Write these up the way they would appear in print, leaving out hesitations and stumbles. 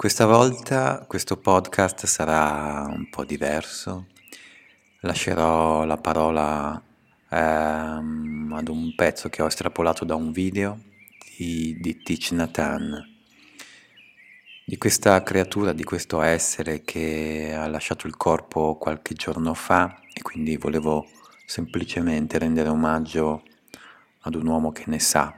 Questa volta questo podcast sarà un po' diverso. Lascerò la parola ad un pezzo che ho estrapolato da un video di Thich Nhat Hanh, di questa creatura, di questo essere che ha lasciato il corpo qualche giorno fa, e quindi volevo semplicemente rendere omaggio ad un uomo che ne sa.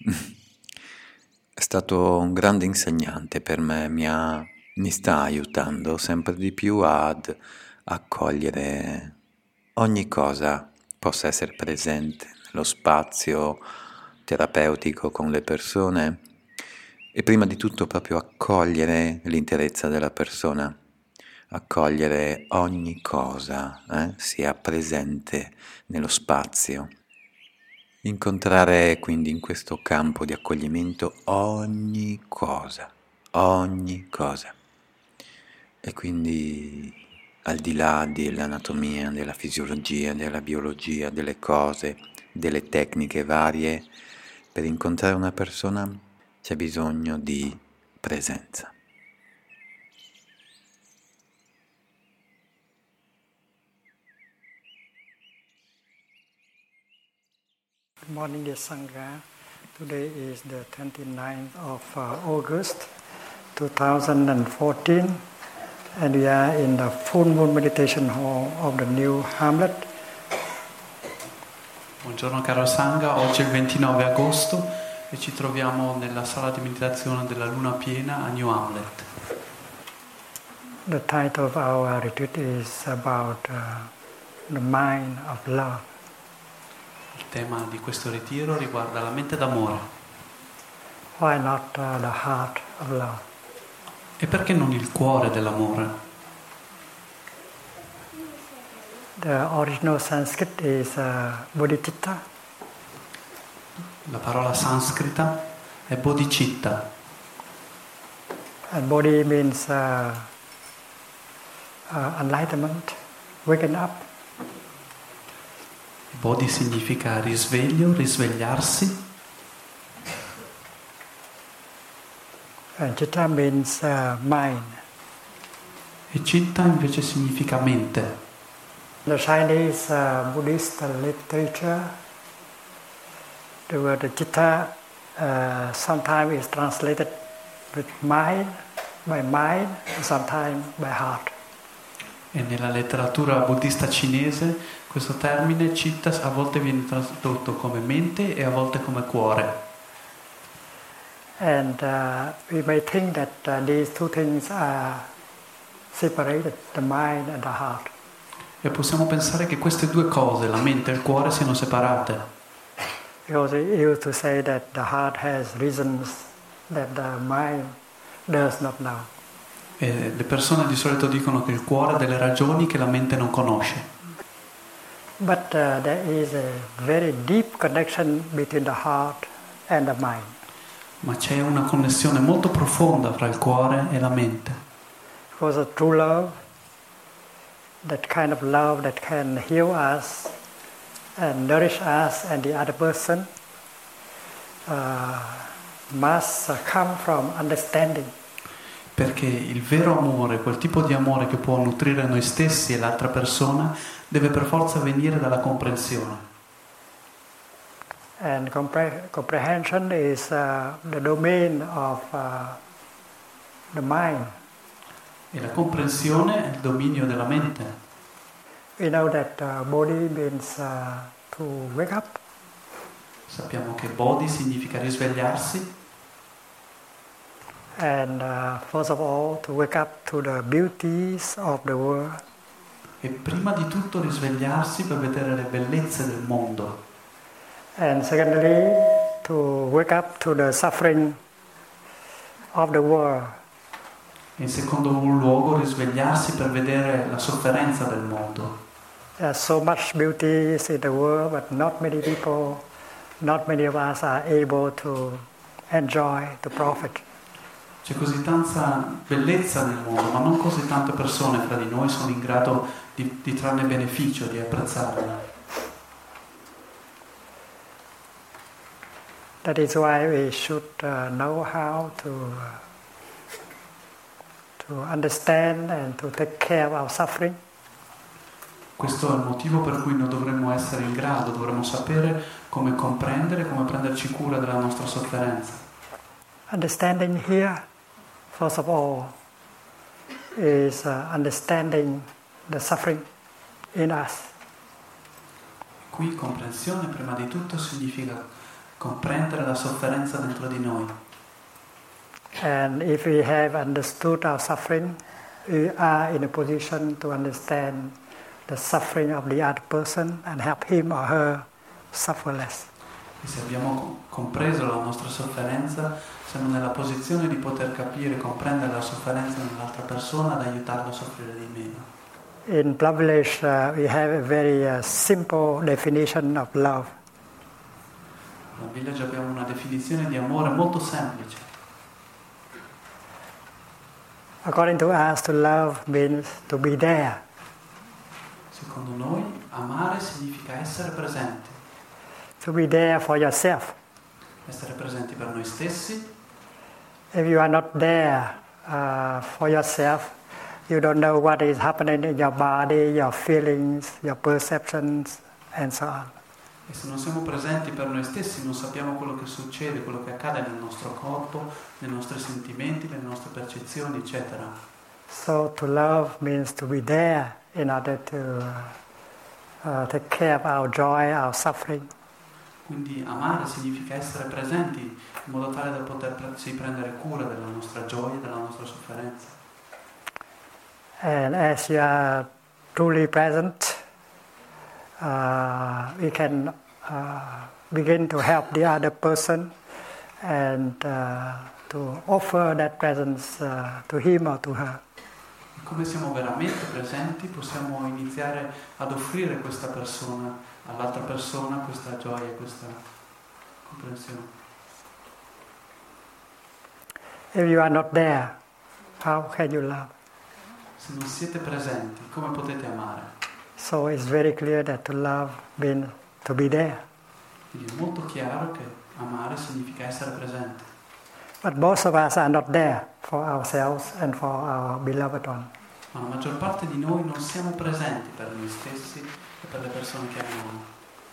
È stato un grande insegnante per me, mi sta aiutando sempre di più ad accogliere ogni cosa possa essere presente nello spazio terapeutico con le persone, e prima di tutto proprio accogliere l'interezza della persona, accogliere ogni cosa, sia presente nello spazio. Incontrare quindi in questo campo di accoglimento ogni cosa, ogni cosa. E quindi al di là dell'anatomia, della fisiologia, della biologia, delle cose, delle tecniche varie, per incontrare una persona c'è bisogno di presenza. Good morning, dear Sangha. Today is the 29th of August 2014, and we are in the full moon meditation hall of the New Hamlet. Buongiorno caro Sangha, oggi è il 29 agosto e ci troviamo nella sala di meditazione della luna piena a New Hamlet. The title of our retreat is about the mind of love. Il tema di questo ritiro riguarda la mente d'amore. Why not the heart of love? E perché non il cuore dell'amore? The original Sanskrit is bodhicitta. La parola sanscrita è bodhicitta. And bodhi means enlightenment, waking up. Bodhi significa risveglio, risvegliarsi. And citta means mind. E citta invece significa mente. In the Chinese Buddhist literature, the word citta sometimes is translated with mind, and sometimes by heart. E nella letteratura buddista cinese questo termine citta a volte viene tradotto come mente e a volte come cuore. And we may think that these two things are separated, the mind and the heart. E possiamo pensare che queste due cose, la mente e il cuore, siano separate. Because we used to say that the heart has reasons that the mind does not know. E le persone di solito dicono che il cuore ha delle ragioni che la mente non conosce. But there is a very deep connection between the heart and the mind. Ma c'è una connessione molto profonda fra il cuore e la mente. Because of true love, that kind of love that can heal us and nourish us and the other person, must come from understanding. Perché il vero amore, quel tipo di amore che può nutrire noi stessi e l'altra persona, deve per forza venire dalla comprensione. And comprehension is the domain of the mind. E la comprensione è il dominio della mente. We know that bodhi means to wake up. Sappiamo che bodhi significa risvegliarsi. And first of all, to wake up to the beauties of the world. E prima di tutto risvegliarsi per vedere le bellezze del mondo. And secondly, to wake up to the suffering of the world. In secondo luogo, risvegliarsi per vedere la sofferenza del mondo. There's so much beauty in the world, but not many people, not many of us are able to enjoy, to profit. C'è così tanta bellezza nel mondo, ma non così tante persone fra di noi sono in grado di trarne beneficio, di apprezzarla. That is why we should know how to to understand and to take care of our suffering. Questo è il motivo per cui noi dovremmo essere in grado, dovremmo sapere come comprendere, come prenderci cura della nostra sofferenza. Understanding here, first of all, is understanding the suffering in us. Qui comprensione prima di tutto significa comprendere la sofferenza dentro di noi. And if we have understood our suffering, we are in a position to understand the suffering of the other person and help him or her suffer less. E se abbiamo compreso la nostra sofferenza, siamo nella posizione di poter capire e comprendere la sofferenza dell'altra persona ed aiutarlo a soffrire di meno. In Plum Village, we have a very simple definition of love. Nel Village abbiamo una definizione di amore molto semplice. According to us, to love means to be there. Secondo noi, amare significa essere presenti. To be there for yourself. Essere presenti per noi stessi. If you are not there for yourself, you don't know what is happening in your body, your feelings, your perceptions, and so on. E se non siamo presenti per noi stessi, non sappiamo quello che succede, quello che accade nel nostro corpo, nei nostri sentimenti, nelle nostre percezioni, eccetera. So to love means to be there in order to take care of our joy, our suffering. Quindi amare significa essere presenti in modo tale da potersi prendere cura della nostra gioia e della nostra sofferenza. And as you are truly present, we can begin to help the other person and to offer that presence to him or to her. E come siamo veramente presenti, possiamo iniziare ad offrire questa persona, all'altra persona, questa gioia, questa comprensione. If you are not there, how can you love? Se non siete presenti, come potete amare? So it's very clear that to love means to be there. Quindi è molto chiaro che amare significa essere presenti. But most of us are not there for ourselves and for our beloved one. Ma la maggior parte di noi non siamo presenti per noi stessi e per le persone che amiamo.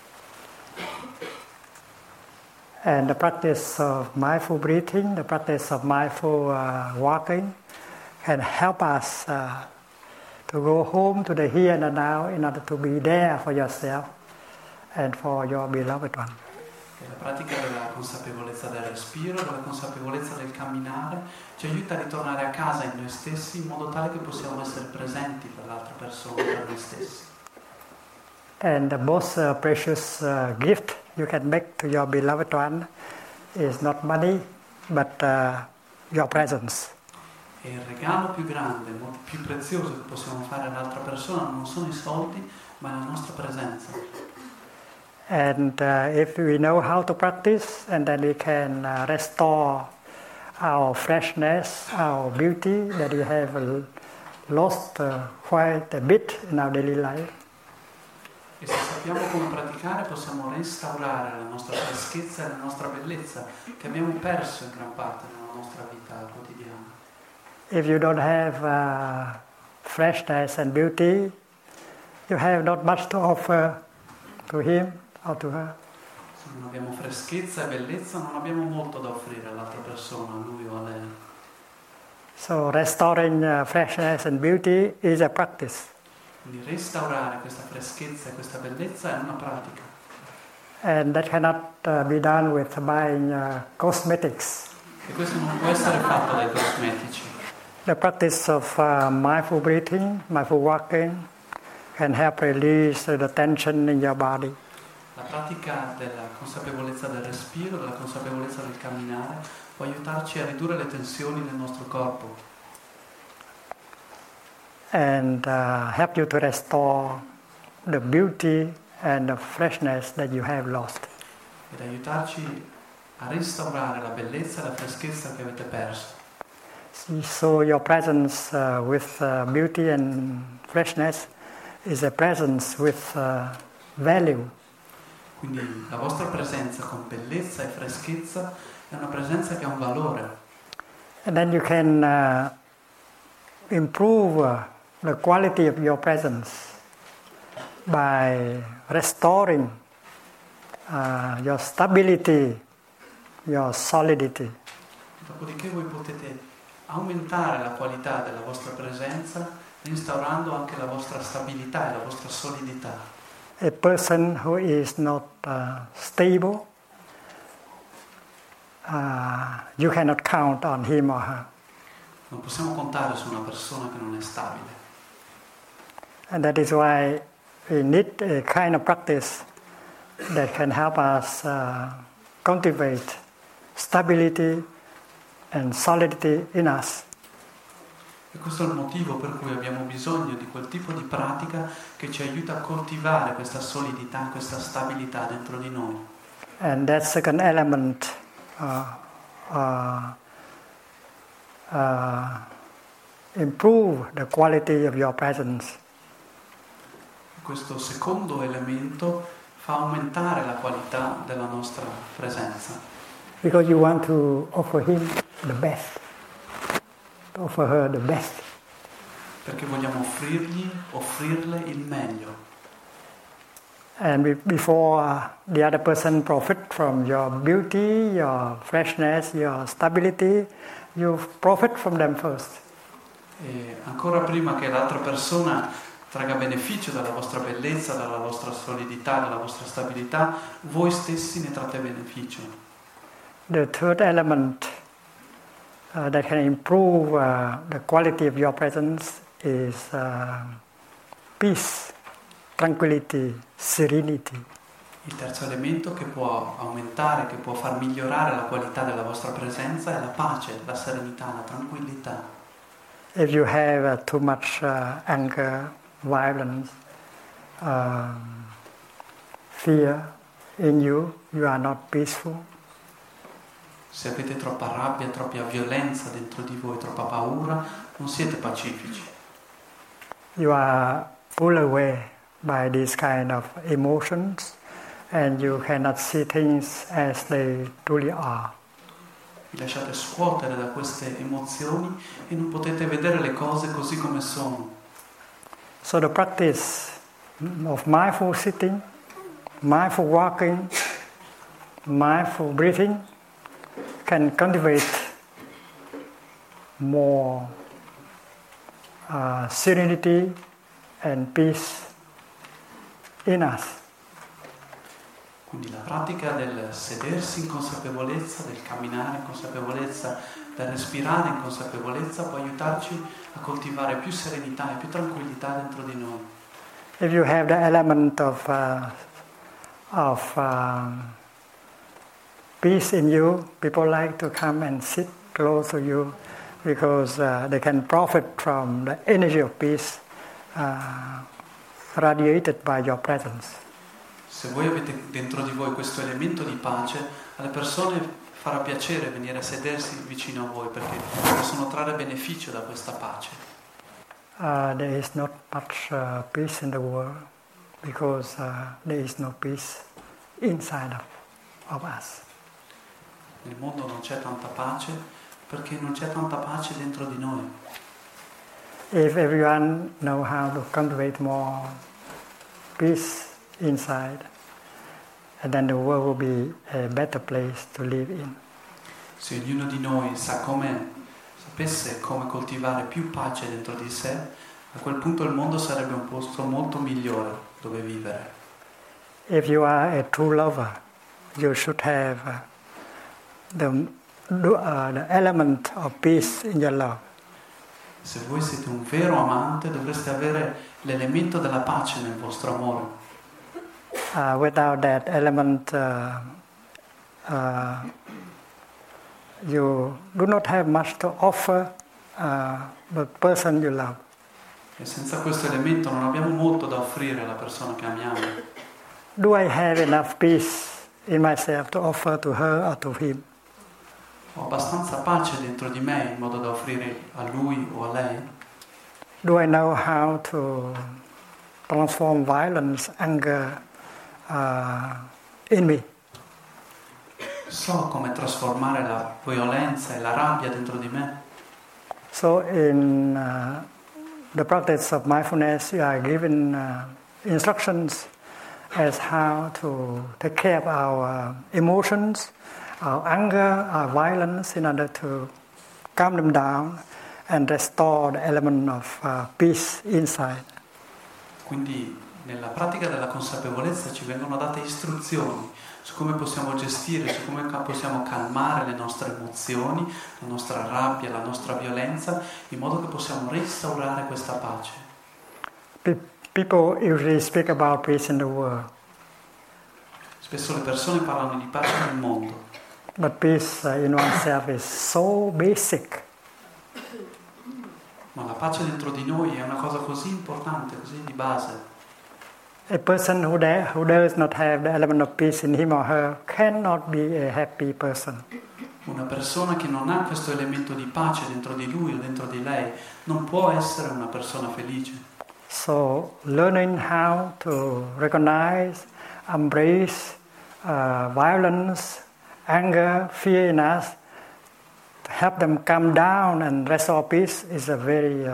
And the practice of mindful breathing, the practice of mindful walking can help us to go home to the here and the now in order to be there for yourself and for your beloved one. E la pratica della consapevolezza del respiro, della consapevolezza del camminare, ci aiuta a ritornare a casa in noi stessi in modo tale che possiamo essere presenti per l'altra persona, per noi stessi. And the most precious gift you can make to your beloved one is not money, but your presence. E il regalo più grande, più prezioso che possiamo fare all'altra persona non sono i soldi, ma la nostra presenza. And if we know how to practice, and then we can restore our freshness, our beauty that we have lost quite a bit in our daily life. E se sappiamo come praticare possiamo restaurare la nostra freschezza e la nostra bellezza che abbiamo perso in gran parte nella nostra vita quotidiana. If you don't have freshness and beauty, you have not much to offer to him or to her. Se non abbiamo freschezza e bellezza non abbiamo molto da offrire all'altra persona, a lui o a lei. So restoring freshness and beauty is a practice. Quindi restaurare questa freschezza e questa bellezza è una pratica. And that cannot be done with buying cosmetics. E questo non può essere fatto dai cosmetici. The practice of mindful breathing, mindful walking can help release the tension in your body. La pratica della consapevolezza del respiro, della consapevolezza del camminare, può aiutarci a ridurre le tensioni nel nostro corpo. And help you to restore the beauty and the freshness that you have lost. Ed aiutarci a restaurare la bellezza e la freschezza che avete perso. So your presence with beauty and freshness is a presence with value. Quindi la vostra presenza con bellezza e freschezza è una presenza che ha un valore. And then you can improve the quality of your presence by restoring your stability, your solidity. Dopodiché voi potete aumentare la qualità della vostra presenza instaurando anche la vostra stabilità e la vostra solidità. A person who is not stable, you cannot count on him or her. Non possiamo contare su una persona che non è stabile. And that is why we need a kind of practice that can help us cultivate stability and solidity in us. E questo è il motivo per cui abbiamo bisogno di quel tipo di pratica che ci aiuta a coltivare questa solidità, questa stabilità dentro di noi. And that second element improve the quality of your presence. Questo secondo elemento fa aumentare la qualità della nostra presenza. Because you want to offer him the best, to offer her the best. Perché vogliamo offrirle il meglio. And before the other person profit from your beauty, your freshness, your stability, you profit from them first. E ancora prima che l'altra persona traga beneficio dalla vostra bellezza, dalla vostra solidità, dalla vostra stabilità, voi stessi ne trate beneficio. The third element that can improve the quality of your presence is peace, tranquility, serenity. Il terzo elemento che può aumentare, che può far migliorare la qualità della vostra presenza è la pace, la serenità, la tranquillità. If you have too much anger, violence, fear in you, you are not peaceful. Se avete troppa rabbia, troppa violenza dentro di voi, troppa paura, non siete pacifici. You are pulled away by these kind of emotions and you cannot see things as they truly are. Vi lasciate scuotere da queste emozioni e non potete vedere le cose così come sono. So the practice of mindful sitting, mindful walking, mindful breathing can cultivate more serenity and peace in us. Quindi la pratica del sedersi in consapevolezza, del camminare in consapevolezza, del respirare in consapevolezza può aiutarci a coltivare più serenità e più tranquillità dentro di noi. If you have the element of peace in you, people like to come and sit close to you because they can profit from the energy of peace radiated by your presence. Se voi avete dentro di voi questo elemento di pace, alle persone farà piacere venire a sedersi vicino a voi perché possono trarre beneficio da questa pace. There is not much peace in the world because there is no peace inside of us. Nel mondo non c'è tanta pace perché non c'è tanta pace dentro di noi. If everyone know how to cultivate more peace inside, and then the world will be a better place to live in. Se ognuno di noi sapesse come coltivare più pace dentro di sé, a quel punto il mondo sarebbe un posto molto migliore dove vivere. If you are a true lover, you should have the element of peace in your love. Se voi siete un vero amante, dovreste avere l'elemento della pace nel vostro amore. Without that element, you do not have much to offer the person you love. E senza questo elemento non abbiamo molto da offrire alla persona che amiamo. Do I have enough peace in myself to offer to her or to him? Ho abbastanza pace dentro di me in modo da offrire a lui o a lei? Do I know how to transform violence, anger in me? So come trasformare la violenza e la rabbia dentro di me? So So in the practice of mindfulness, you are given instructions as how to take care of our emotions, our anger, our violence, in order to calm them down and restore the element of peace inside. Quindi nella pratica della consapevolezza ci vengono date istruzioni su come possiamo gestire, su come possiamo calmare le nostre emozioni, la nostra rabbia, la nostra violenza, in modo che possiamo restaurare questa pace. People usually speak about peace in the world. Spesso le persone parlano di pace nel mondo. But peace in oneself is so basic. Ma la pace dentro di noi è una cosa così importante, così di base. A person who does not have the element of peace in him or her cannot be a happy person. Una persona che non ha questo elemento di pace dentro di lui o dentro di lei non può essere una persona felice. So learning how to recognize, embrace violence, anger, fear in us, to help them calm down and restore peace is a very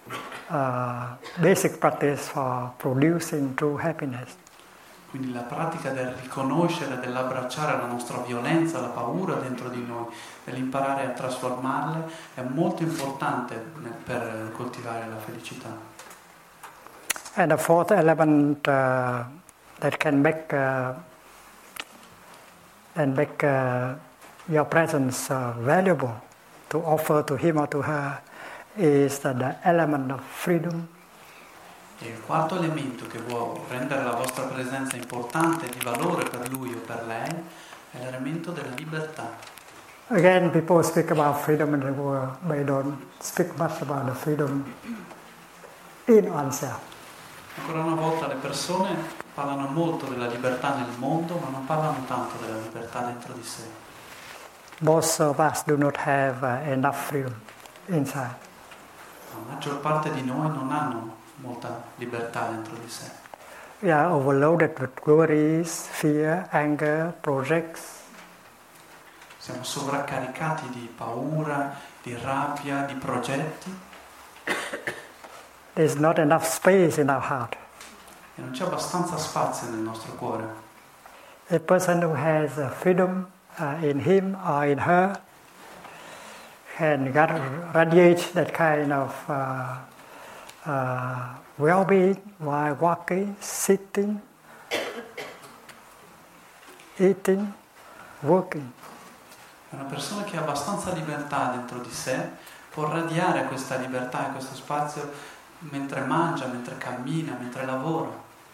basic practice for producing true happiness. Quindi la pratica del riconoscere, dell'abbracciare la nostra violenza, la paura dentro di noi, dell'imparare a trasformarle è molto importante per coltivare la felicità. And the fourth element that can make your presence valuable to offer to him or to her is the element of freedom. E il quarto elemento che può rendere la vostra presenza importante e di valore per lui o per lei è l'elemento della libertà. Again, people speak about freedom in the world, but they don't speak much about the freedom in oneself. Ancora una volta le persone parlano molto della libertà nel mondo, ma non parlano tanto della libertà dentro di sé. Most of us do not have enough freedom inside. La maggior parte di noi non hanno molta libertà dentro di sé. We are overloaded with worries, fear, anger, projects. Siamo sovraccaricati di paura, di rabbia, di progetti. There's not enough space in our heart. E non c'è abbastanza spazio nel nostro cuore. A person who has freedom in him or in her can radiate that kind of well-being while walking, sitting, eating, working. Una persona che ha abbastanza libertà dentro di sé può radiare questa libertà e questo spazio mentre mangia, mentre cammina, mentre lavora.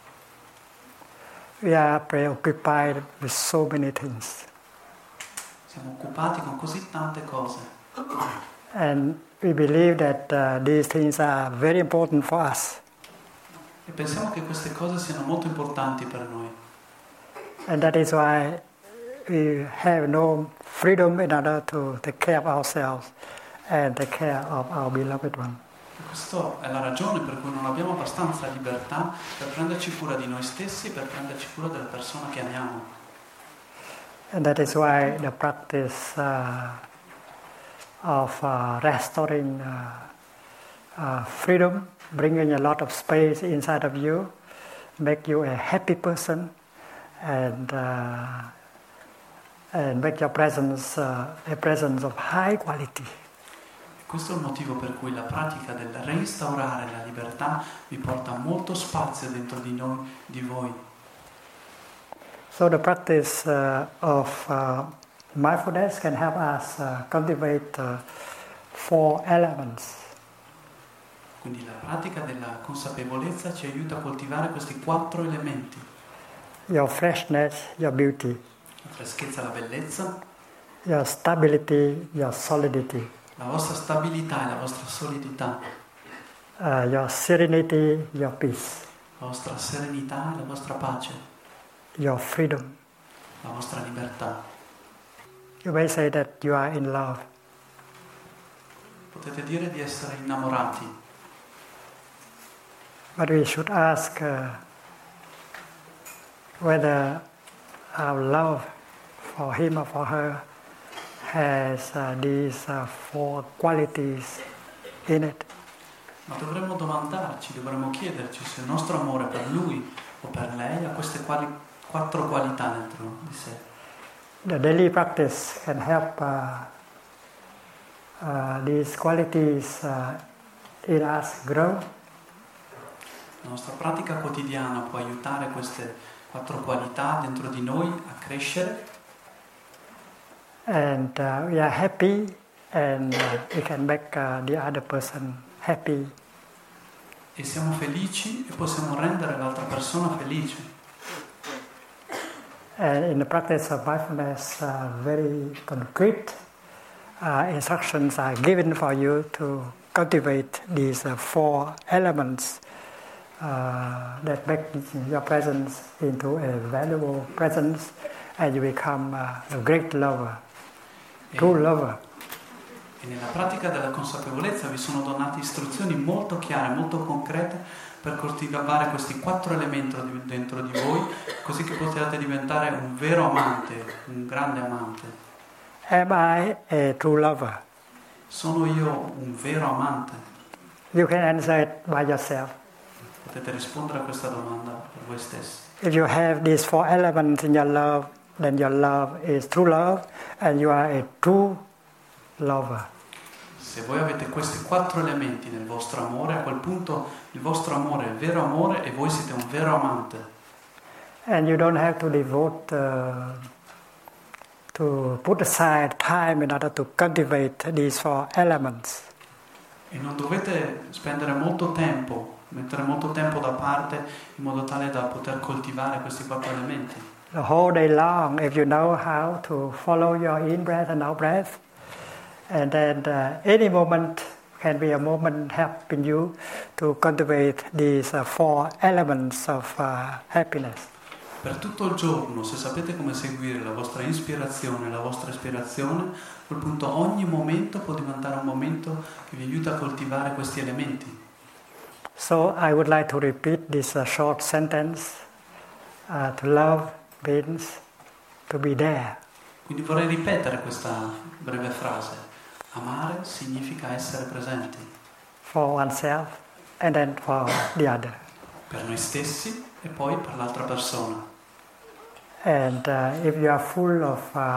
We are preoccupied with so many things. Siamo occupati con così tante cose. And we believe that these things are very important for us. E pensiamo che queste cose siano molto importanti per noi. And that is why we have no freedom in order to take care of ourselves and take care of our beloved one. E questa è la ragione per cui non abbiamo abbastanza libertà per prenderci cura di noi stessi e per prenderci cura delle persone che amiamo. And that is why the practice of restoring freedom, bringing a lot of space inside of you, make you a happy person, and make your presence a presence of high quality. Questo è il motivo per cui la pratica del reinstaurare la libertà vi porta molto spazio dentro di noi, di voi. So the practice of mindfulness can help us cultivate 4 elements. Quindi la pratica della consapevolezza ci aiuta a coltivare questi 4 elementi. Your freshness, your beauty. La freschezza, la bellezza. Your stability, your solidity. La vostra stabilità e la vostra solidità. Your serenity, your peace. La vostra serenità e la vostra pace. Your freedom. La vostra libertà. You may say that you are in love. Potete dire di essere innamorati. But we should ask whether our love for him or for her has these 4 qualities in it. Ma dovremmo domandarci, dovremmo chiederci se il nostro amore per lui o per lei ha queste quattro qualità dentro di sé. The daily practice can help these qualities in us grow. La nostra pratica quotidiana può aiutare queste quattro qualità dentro di noi a crescere. And we are happy, and we can make the other person happy. E siamo felici e possiamo rendere l'altra persona felice. And in the practice of mindfulness, very concrete instructions are given for you to cultivate these four elements that make your presence into a valuable presence, and you become a great lover, true lover. E nella pratica della consapevolezza vi sono donate istruzioni molto chiare, molto concrete per coltivare questi quattro elementi dentro di voi, così che possiate diventare un vero amante, un grande amante. Am I a true lover? Sono io un vero amante? You can answer it by yourself. Potete rispondere a questa domanda per voi stessi. If you have these four elements in your love, then your love is true love, and you are a true lover. Se voi avete questi quattro elementi nel vostro amore, a quel punto il vostro amore è il vero amore e voi siete un vero amante. And you don't have to devote, to put aside time in order to cultivate these four elements. E non dovete spendere molto tempo, mettere molto tempo da parte in modo tale da poter coltivare questi quattro elementi. The whole day long, if you know how to follow your in-breath and out-breath, and then any moment can be a moment helping you to cultivate these four elements of happiness. Per tutto il giorno, se sapete come seguire la vostra ispirazione e la vostra espirazione, a quel punto ogni momento può diventare un momento che vi aiuta a coltivare questi elementi. So I would like to repeat this short sentence. To love means to be there. Quindi vorrei ripetere questa breve frase. Amare significa essere presenti. For oneself and then for the other. Per noi stessi e poi per l'altra persona. And if you are full of,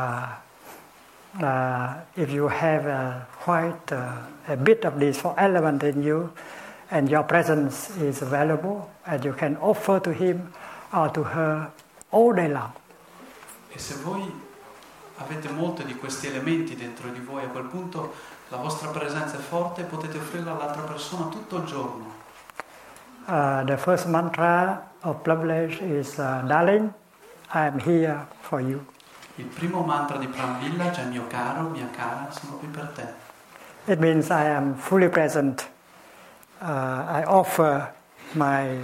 if you have quite a bit of these four elements in you, and your presence is valuable, and you can offer to him or to her all day long. E se voi avete molti di questi elementi dentro di voi, a quel punto la vostra presenza è forte e potete offrirla all'altra persona tutto il giorno. The first mantra of Plum is, darling, I am here for you. Il primo mantra di Plum Village è mio caro, mia cara, sono qui per te. It means I am fully present. I offer my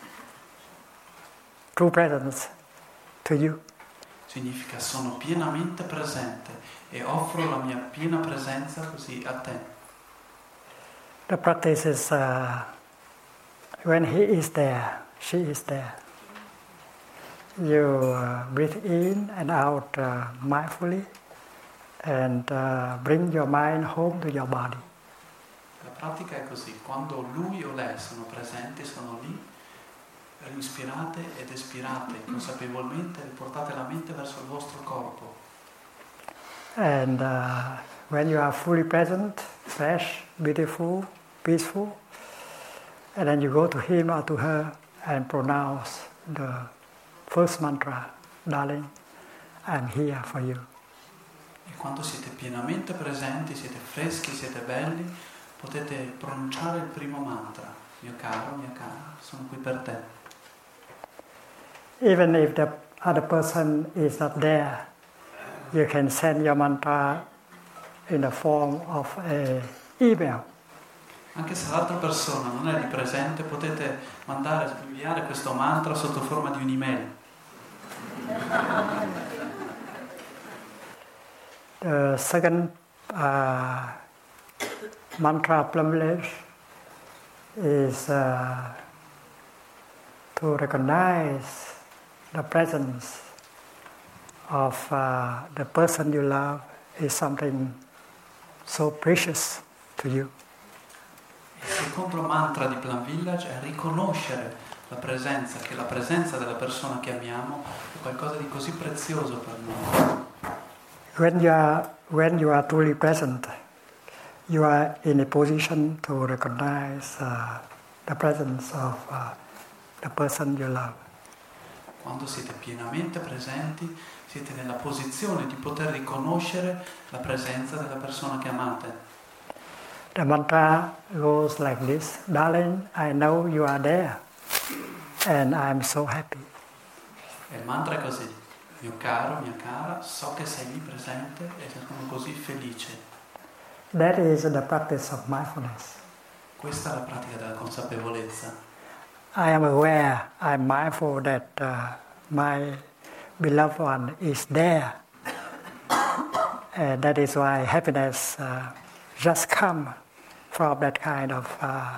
true presence to you. Significa sono pienamente presente e offro la mia piena presenza così a te. The practice is when he is there, she is there. You breathe in and out mindfully and bring your mind home to your body. La pratica è così, quando lui o lei sono presenti, sono lì, inspirate ed espirate consapevolmente, riportate la mente verso il vostro corpo. And when you are fully present, fresh, beautiful, peaceful, and then you go to him or to her and pronounce the first mantra, darling, I am here for you. E quando siete pienamente presenti, siete freschi, siete belli, potete pronunciare il primo mantra, mio caro, mia cara, sono qui per te. Even if the other person is not there, you can send your mantra in the form of an email. Anche se l'altra persona non è lì presente, potete inviare questo mantra sotto forma di un'email. The second mantra of Plum Village is to recognize the presence of the person you love is something so precious to you. secondo mantra di Plum Village è riconoscere la presenza, che la presenza della persona che amiamo è qualcosa di così prezioso per noi. When you are truly present, you are in a position to recognize the presence of the person you love. Quando siete pienamente presenti, siete nella posizione di poter riconoscere la presenza della persona che amate. The mantra goes like this: Darling, I know you are there, and I'm so happy. E il mantra è così: mio caro, mia cara, so che sei lì presente e sono così felice. That is the practice of mindfulness. Questa è la pratica della consapevolezza. I am aware, I'm mindful that my beloved one is there. And that is why happiness just comes from that kind of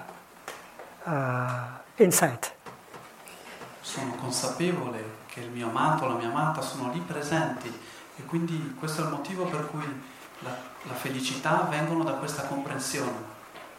insight. Sono consapevole che il mio amato, la mia amata sono lì presenti e quindi questo è il motivo per cui la felicità vengono da questa comprensione.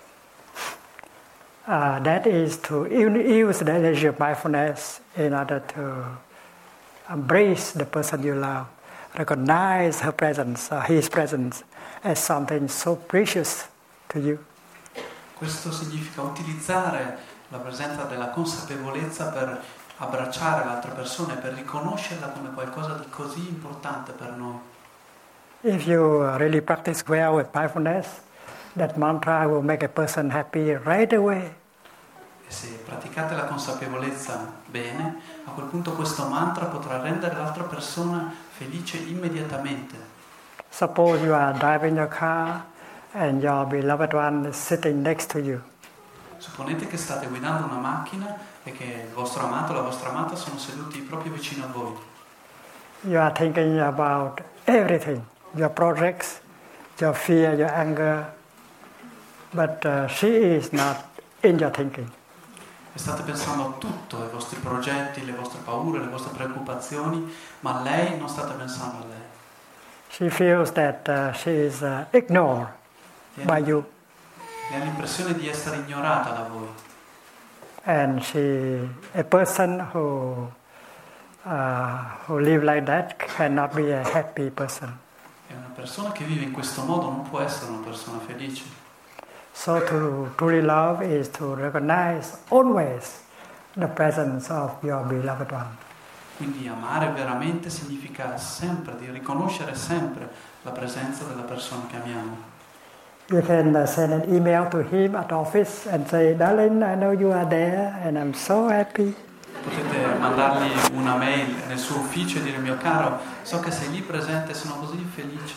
That is to use the energy of mindfulness in order to embrace the person you love, recognize her presence, his presence, as something so precious to you. Questo significa utilizzare la presenza della consapevolezza per abbracciare l'altra persona e per riconoscerla come qualcosa di così importante per noi. If you really practice well with mindfulness, that mantra will make a person happy right away. E se praticate la consapevolezza bene, a quel punto questo mantra potrà rendere l'altra persona felice immediatamente. Suppose you are driving your car and your beloved one is sitting next to you. Supponete che state guidando una macchina e che il vostro amato o la vostra amata sono seduti proprio vicino a voi. You are thinking about everything, your projects, your fear, your anger, but she is not in your thinking. E state pensando a tutto, ai vostri progetti, le vostre paure, le vostre preoccupazioni, ma lei non state pensando a lei. She feels that she is ignored by you. E ha l'impressione di essere ignorata da voi. And a person who live like that cannot be a happy person. E una persona che vive in questo modo non può essere una persona felice. So to truly love is to recognize always the presence of your beloved one. Quindi amare veramente significa sempre, di riconoscere sempre la presenza della persona che amiamo. You can send an email to him at office and say, Darling, I know you are there and I'm so happy. Potete mandargli una mail nel suo ufficio e dire: mio caro, so che sei lì presente e sono così felice.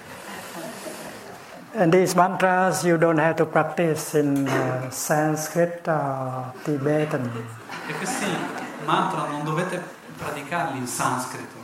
And these mantras you don't have to practice in Sanskrit or Tibetan. E questi mantra non dovete praticarli in sanscrito.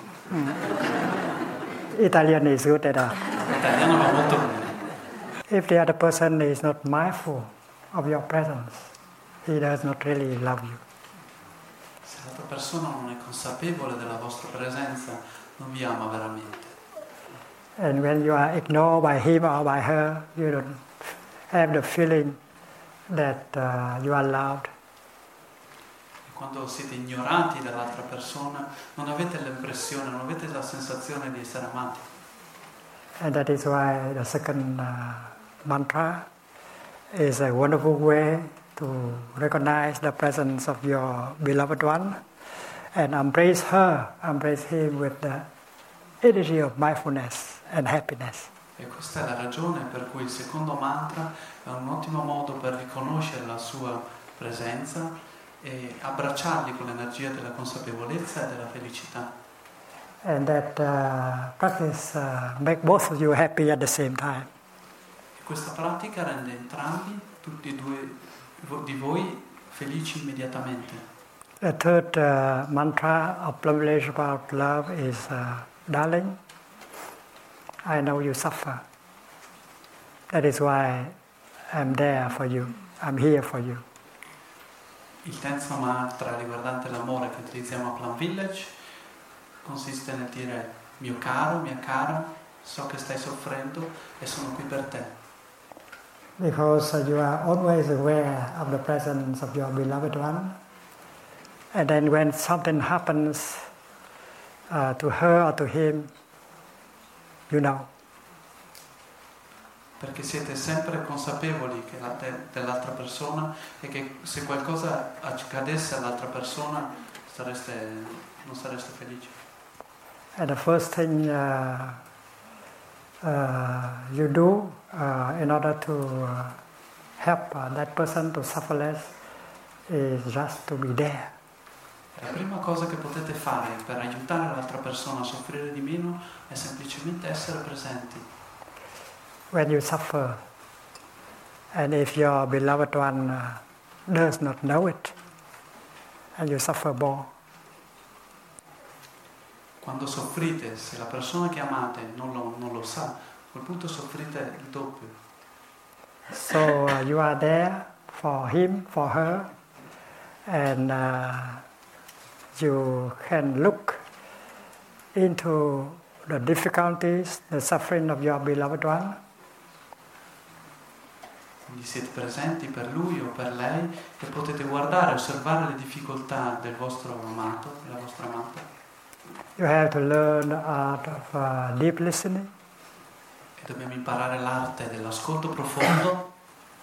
Italian is good at that. L'italiano va molto bene. If the other person is not mindful of your presence, he does not really love you. Se l'altra persona non è consapevole della vostra presenza, non vi ama veramente. And when you are ignored by him or by her, you don't have the feeling that you are loved. E quando siete ignorati dall'altra persona, non avete l'impressione, non avete la sensazione di essere amati. And that is why the second mantra is a wonderful way to recognize the presence of your beloved one and embrace her, embrace him with the energy of mindfulness and happiness. E questa è la ragione per cui il secondo mantra è un ottimo modo per riconoscere la sua presenza e abbracciarli con l'energia della consapevolezza e della felicità. And that practice make both of you happy at the same time. E questa pratica rende entrambi, tutti e due di voi, felici immediatamente. The third mantra of Plum Village about love is, Darling, I know you suffer. That is why I'm there for you. I'm here for you. Il terzo mantra riguardante l'amore che utilizziamo a Plum Village consiste nel dire: mio caro, mia cara, so che stai soffrendo e sono qui per te. because you are always aware of the presence of your beloved one. And then when something happens to her or to him, you know. Perché siete sempre consapevoli che dell'altra persona e che se qualcosa accadesse all'altra persona non sareste felici. And the first thing you do in order to help that person to suffer less is just to be there. La prima cosa che potete fare per aiutare l'altra persona a soffrire di meno è semplicemente essere presenti. When you suffer, and if your beloved one does not know it, and you suffer more. Quando soffrite, se la persona che amate non lo sa, a quel punto soffrite il doppio. So you are there for him, for her, and you can look into the difficulties, the suffering of your beloved one. Quindi siete presenti per lui o per lei e potete guardare, osservare le difficoltà del vostro amato, della vostra amata. You have to learn the art of deep listening. E dobbiamo imparare l'arte dell'ascolto profondo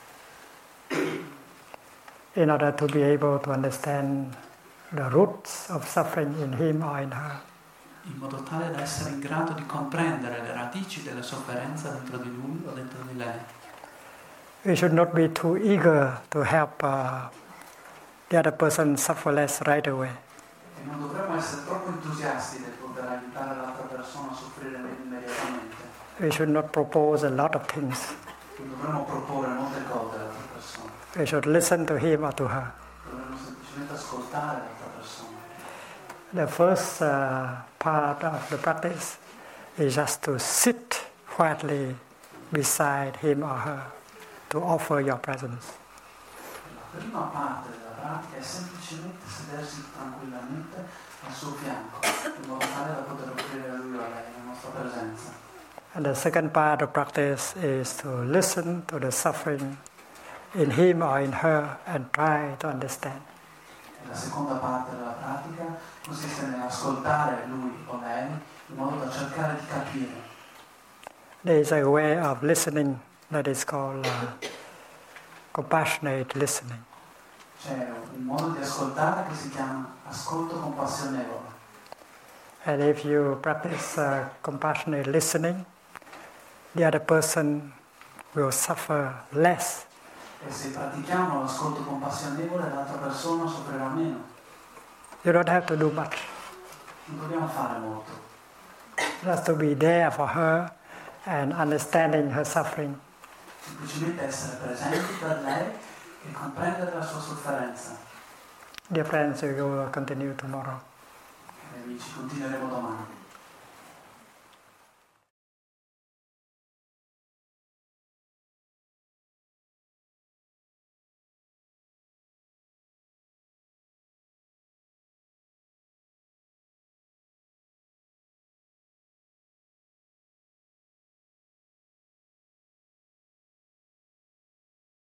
in order to be able to understand the roots of suffering in him or in her. In modo tale da essere in grado di comprendere le radici della sofferenza dentro di lui o dentro di lei. We should not be too eager to help the other person suffer less right away. E non dovremmo essere troppo entusiasti nel poter aiutare l'altra persona a soffrire immediatamente. We should not propose a lot of things. Non dovremmo proporre molte cose all'altra persona. We should listen to him or to her. Dovremmo semplicemente ascoltare l'altra persona. The first part of the practice is just to sit quietly beside him or her, to offer your presence. La prima parte della pratica è semplicemente sedersi tranquillamente al suo fianco, in modo tale da poter offrire a lui o a lei la nostra presenza. And the second part of practice is to listen to the suffering in him or in her and try to understand. E la seconda parte della pratica consiste nell'ascoltare lui o lei in modo da cercare di capire. There is a way of listening that is called compassionate listening. C'è un modo di ascoltare che si chiama ascolto compassionevole. And if you practice compassionate listening, the other person will suffer less. E se pratichiamo l'ascolto compassionevole, l'altra persona soffrirà meno. You don't have to do much. Non dobbiamo fare molto. Just to be there for her and understanding her suffering. Semplicemente essere presenti per lei e comprendere la sua sofferenza. Dear friends, we will continue tomorrow. E amici, continueremo domani.